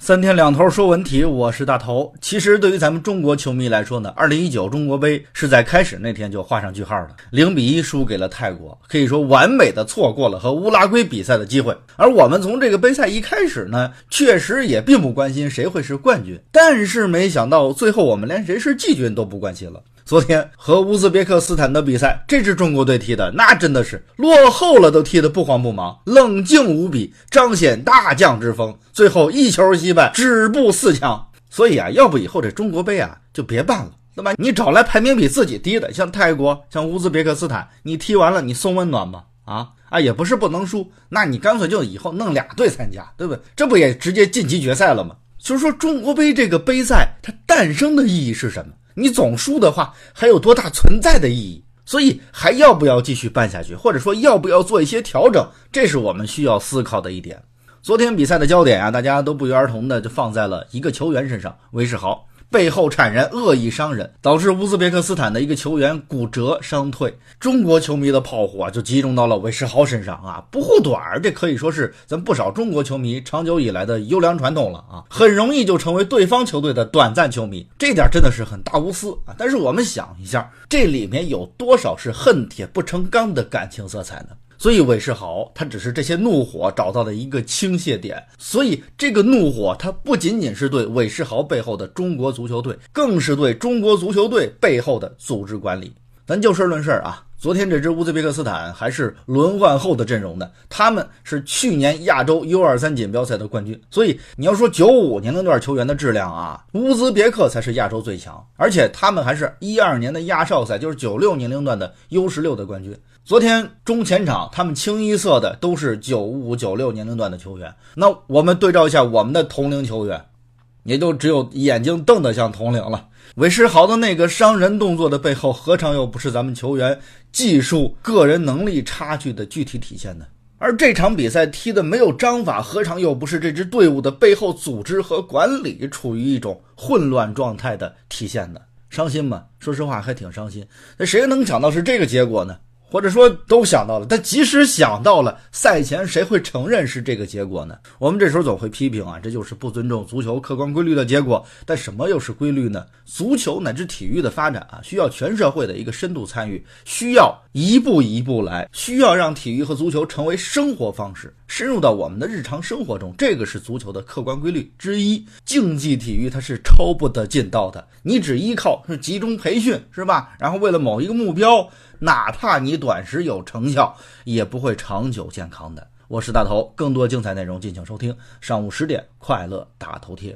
三天两头说文体，我是大头。其实对于咱们中国球迷来说呢，2019中国杯是在开始那天就画上句号的，0-1输给了泰国，可以说完美的错过了和乌拉圭比赛的机会。而我们从这个杯赛一开始呢，确实也并不关心谁会是冠军，但是没想到最后我们连谁是季军都不关心了。昨天和乌兹别克斯坦的比赛，这支中国队踢的那真的是落后了都踢得不慌不忙，冷静无比，彰显大将之风，最后一球惜败，止步4强。所以要不以后这中国杯就别办了，对吧？你找来排名比自己低的，像泰国像乌兹别克斯坦，你踢完了你送温暖吧，也不是不能输，那你干脆就以后弄2队参加，对不对？这不也直接晋级决赛了吗？就是说中国杯这个杯赛它诞生的意义是什么？你总输的话还有多大存在的意义？所以还要不要继续办下去，或者说要不要做一些调整，这是我们需要思考的一点。昨天比赛的焦点大家都不约而同的就放在了一个球员身上，韦世豪背后铲人恶意伤人，导致乌兹别克斯坦的一个球员骨折伤退，中国球迷的炮火就集中到了韦世豪身上不护短，这可以说是咱不少中国球迷长久以来的优良传统了很容易就成为对方球队的短暂球迷，这点真的是很大无私但是我们想一下，这里面有多少是恨铁不成钢的感情色彩呢？所以韦世豪他只是这些怒火找到了一个倾泻点，所以这个怒火它不仅仅是对韦世豪背后的中国足球队，更是对中国足球队背后的组织管理。咱就事论事昨天这支乌兹别克斯坦还是轮换后的阵容的，他们是去年亚洲 U23 锦标赛的冠军，所以你要说95年龄段球员的质量乌兹别克才是亚洲最强，而且他们还是12年的亚少赛，就是96年龄段的 U16 的冠军。昨天中前场他们清一色的都是95、96年龄段的球员，那我们对照一下我们的同龄球员，也就只有眼睛瞪得像同龄了。韦世豪的那个伤人动作的背后，何尝又不是咱们球员技术、个人能力差距的具体体现呢？而这场比赛踢得没有章法，何尝又不是这支队伍的背后组织和管理处于一种混乱状态的体现呢？伤心吗？说实话还挺伤心。那谁能想到是这个结果呢？或者说都想到了，但即使想到了，赛前谁会承认是这个结果呢？我们这时候总会批评这就是不尊重足球客观规律的结果。但什么又是规律呢？足球乃至体育的发展需要全社会的一个深度参与，需要一步一步来，需要让体育和足球成为生活方式，深入到我们的日常生活中，这个是足球的客观规律之一。竞技体育它是超不得近道的，你只依靠是集中培训，是吧？然后为了某一个目标，哪怕你短时有成效，也不会长久健康的。我是大头，更多精彩内容敬请收听上午10点快乐大头贴。